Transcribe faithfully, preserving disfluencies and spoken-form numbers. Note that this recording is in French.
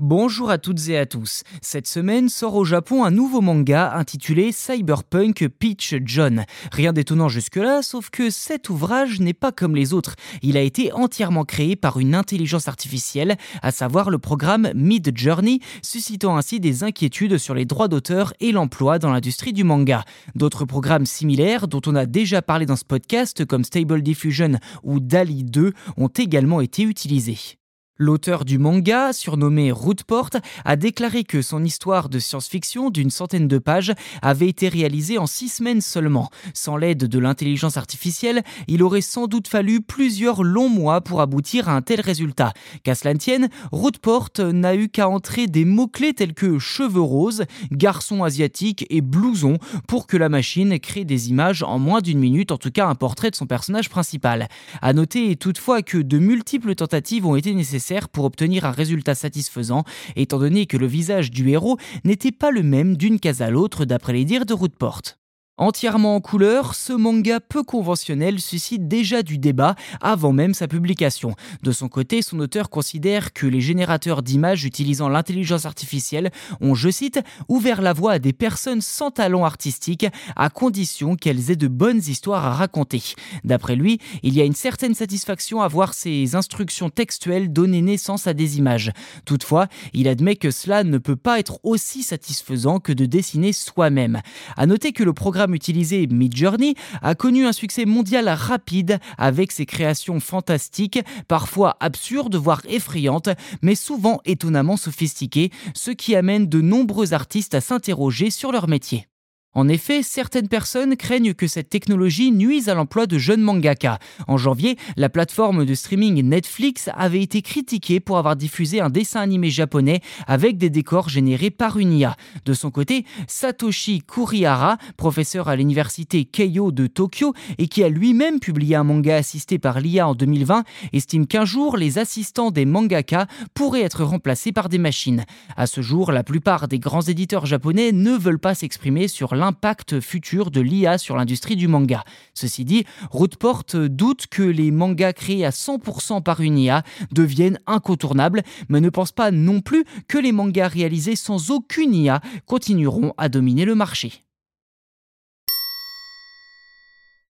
Bonjour à toutes et à tous. Cette semaine sort au Japon un nouveau manga intitulé Cyberpunk Peach John. Rien d'étonnant jusque-là, sauf que cet ouvrage n'est pas comme les autres. Il a été entièrement créé par une intelligence artificielle, à savoir le programme Midjourney, suscitant ainsi des inquiétudes sur les droits d'auteur et l'emploi dans l'industrie du manga. D'autres programmes similaires, dont on a déjà parlé dans ce podcast, comme Stable Diffusion ou DALL-E deux, ont également été utilisés. L'auteur du manga, surnommé Rootport, a déclaré que son histoire de science-fiction d'une centaine de pages avait été réalisée en six semaines seulement. Sans l'aide de l'intelligence artificielle, il aurait sans doute fallu plusieurs longs mois pour aboutir à un tel résultat. Qu'à cela ne tienne, Rootport n'a eu qu'à entrer des mots-clés tels que cheveux roses, garçon asiatique et blouson pour que la machine crée des images en moins d'une minute, en tout cas un portrait de son personnage principal. À noter toutefois que de multiples tentatives ont été nécessaires pour obtenir un résultat satisfaisant, étant donné que le visage du héros n'était pas le même d'une case à l'autre d'après les dires de Rootport. Entièrement en couleur, ce manga peu conventionnel suscite déjà du débat avant même sa publication. De son côté, son auteur considère que les générateurs d'images utilisant l'intelligence artificielle ont, je cite, « ouvert la voie à des personnes sans talent artistique à condition qu'elles aient de bonnes histoires à raconter ». D'après lui, il y a une certaine satisfaction à voir ces instructions textuelles donner naissance à des images. Toutefois, il admet que cela ne peut pas être aussi satisfaisant que de dessiner soi-même. À noter que le programme utilisé Midjourney a connu un succès mondial rapide avec ses créations fantastiques, parfois absurdes voire effrayantes, mais souvent étonnamment sophistiquées, ce qui amène de nombreux artistes à s'interroger sur leur métier. En effet, certaines personnes craignent que cette technologie nuise à l'emploi de jeunes mangaka. En janvier, la plateforme de streaming Netflix avait été critiquée pour avoir diffusé un dessin animé japonais avec des décors générés par une I A. De son côté, Satoshi Kurihara, professeur à l'université Keio de Tokyo et qui a lui-même publié un manga assisté par l'I A en deux mille vingt, estime qu'un jour, les assistants des mangaka pourraient être remplacés par des machines. À ce jour, la plupart des grands éditeurs japonais ne veulent pas s'exprimer sur l'impact futur de l'I A sur l'industrie du manga. Ceci dit, Rootport doute que les mangas créés à cent pour cent par une I A deviennent incontournables, mais ne pense pas non plus que les mangas réalisés sans aucune I A continueront à dominer le marché.